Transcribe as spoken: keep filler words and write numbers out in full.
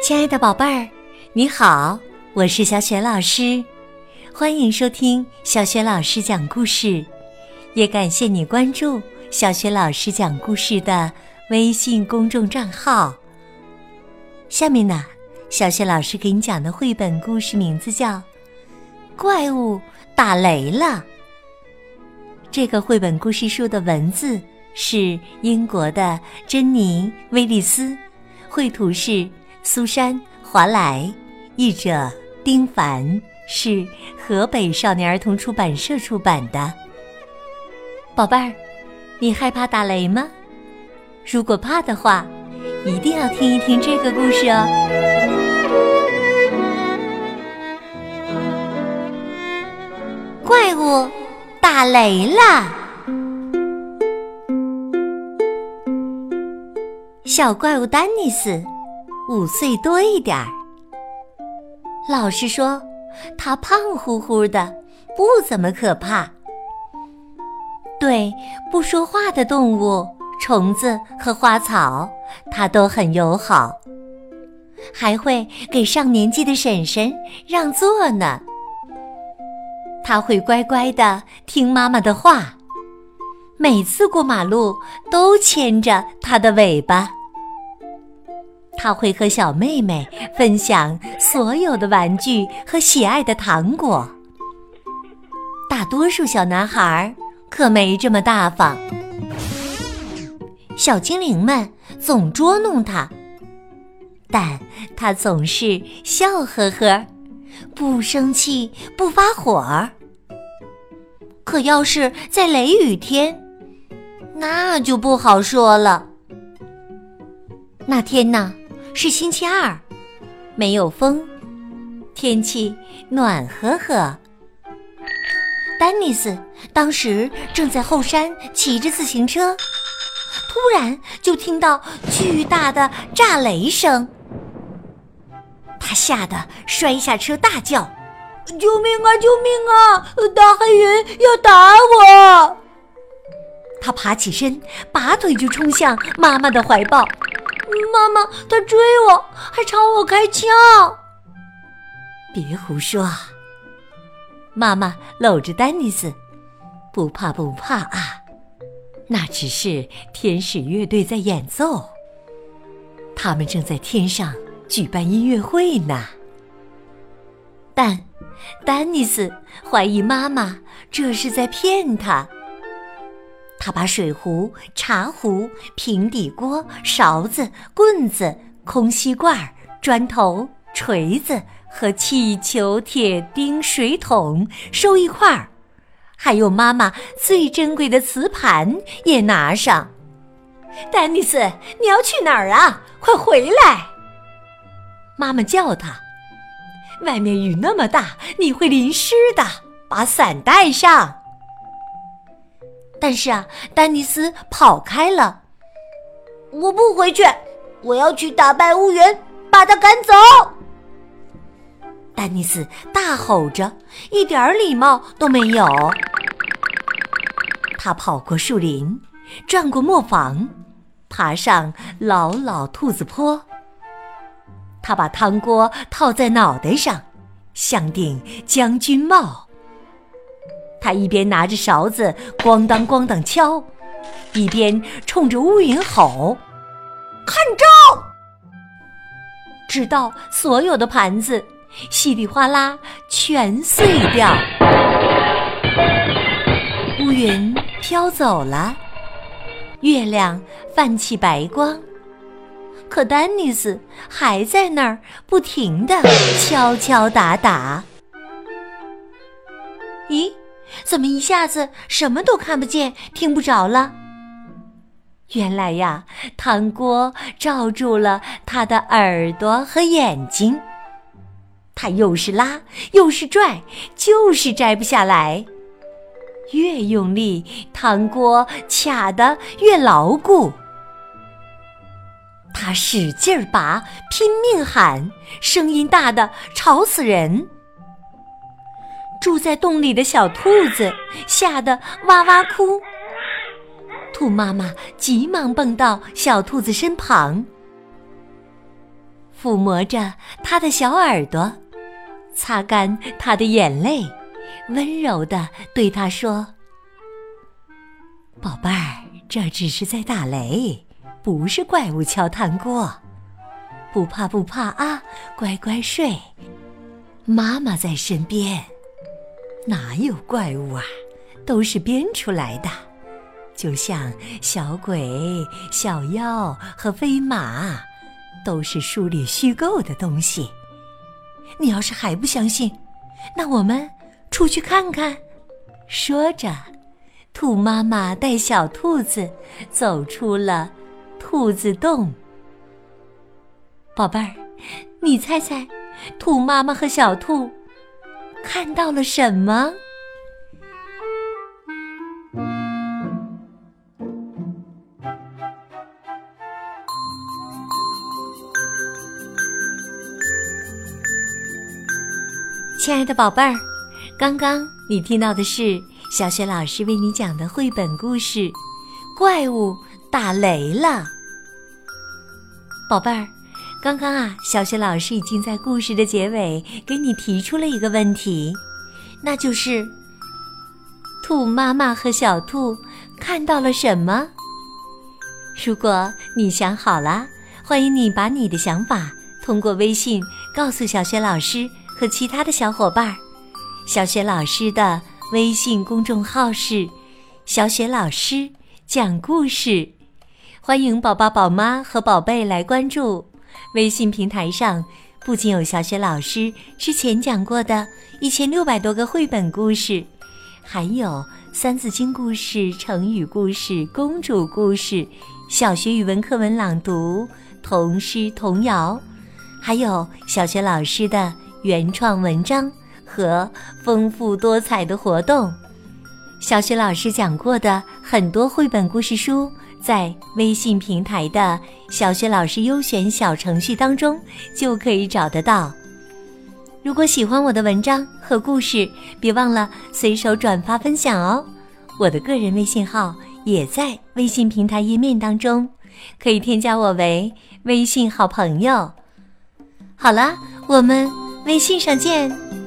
亲爱的宝贝儿，你好，我是小雪老师，欢迎收听小雪老师讲故事，也感谢你关注小雪老师讲故事的微信公众账号。下面呢，小雪老师给你讲的绘本故事名字叫《怪物打雷了》。这个绘本故事书的文字是英国的珍妮·威利斯，绘图是苏珊·华莱，译者丁凡，是河北少年儿童出版社出版的。宝贝儿，你害怕打雷吗？如果怕的话，一定要听一听这个故事哦。怪物打雷了。小怪物丹尼斯五岁多一点儿，老师说他胖乎乎的，不怎么可怕。对不说话的动物、虫子和花草，他都很友好，还会给上年纪的婶婶让座呢。他会乖乖地听妈妈的话，每次过马路都牵着她的尾巴。他会和小妹妹分享所有的玩具和喜爱的糖果。大多数小男孩可没这么大方，小精灵们总捉弄他，但他总是笑呵呵，不生气，不发火。可要是在雷雨天，那就不好说了。那天呢，是星期二，没有风，天气暖和和。丹尼斯当时正在后山骑着自行车，突然就听到巨大的炸雷声，他吓得摔下车大叫：救命啊救命啊，大黑云要打我！他爬起身，拔腿就冲向妈妈的怀抱。妈妈，他追我，还朝我开枪！别胡说！妈妈搂着丹尼斯，不怕不怕啊，那只是天使乐队在演奏，他们正在天上举办音乐会呢。但丹尼斯怀疑妈妈这是在骗他。他把水壶、茶壶、平底锅、勺子、棍子、空吸罐、砖头、锤子和气球、铁钉、水桶收一块儿，还有妈妈最珍贵的瓷盘也拿上。丹尼斯，你要去哪儿啊？快回来！妈妈叫他，外面雨那么大，你会淋湿的，把伞带上。但是啊，丹尼斯跑开了。我不回去，我要去打败乌云，把他赶走！丹尼斯大吼着，一点礼貌都没有。他跑过树林，转过磨坊，爬上老老兔子坡。他把汤锅套在脑袋上，像顶将军帽。他一边拿着勺子咣当咣当敲，一边冲着乌云吼：看招！直到所有的盘子稀里哗啦全碎掉。乌云飘走了，月亮泛起白光，可丹尼斯还在那儿不停地敲敲打打。咦，怎么一下子什么都看不见听不着了？原来呀，汤锅罩住了他的耳朵和眼睛，他又是拉又是拽，就是摘不下来。越用力，汤锅卡得越牢固。他使劲儿拔，拼命喊，声音大得吵死人。住在洞里的小兔子吓得哇哇哭。兔妈妈急忙蹦到小兔子身旁， 抚摸着他的小耳朵，擦干他的眼泪，温柔地对他说：宝贝儿，这只是在打雷，不是怪物敲炭锅，不怕不怕啊，乖乖睡，妈妈在身边。哪有怪物啊，都是编出来的，就像小鬼、小妖和飞马，都是书里虚构的东西。你要是还不相信，那我们出去看看。说着，兔妈妈带小兔子走出了兔子洞。宝贝儿，你猜猜，兔妈妈和小兔看到了什么？亲爱的宝贝儿，刚刚你听到的是小雪老师为你讲的绘本故事《怪物打雷了》。宝贝儿，刚刚啊，小雪老师已经在故事的结尾给你提出了一个问题，那就是兔妈妈和小兔看到了什么？如果你想好了，欢迎你把你的想法通过微信告诉小雪老师和其他的小伙伴。小雪老师的微信公众号是小雪老师讲故事，欢迎宝宝宝妈和宝贝来关注。微信平台上不仅有小雪老师之前讲过的一千六百多个绘本故事，还有三字经故事、成语故事、公主故事、小学语文课文朗读、童诗童谣，还有小学老师的原创文章和丰富多彩的活动。小学老师讲过的很多绘本故事书，在微信平台的小学老师优选小程序当中就可以找得到。如果喜欢我的文章和故事，别忘了随手转发分享哦。我的个人微信号也在微信平台页面当中，可以添加我为微信好朋友。好了，我们微信上见。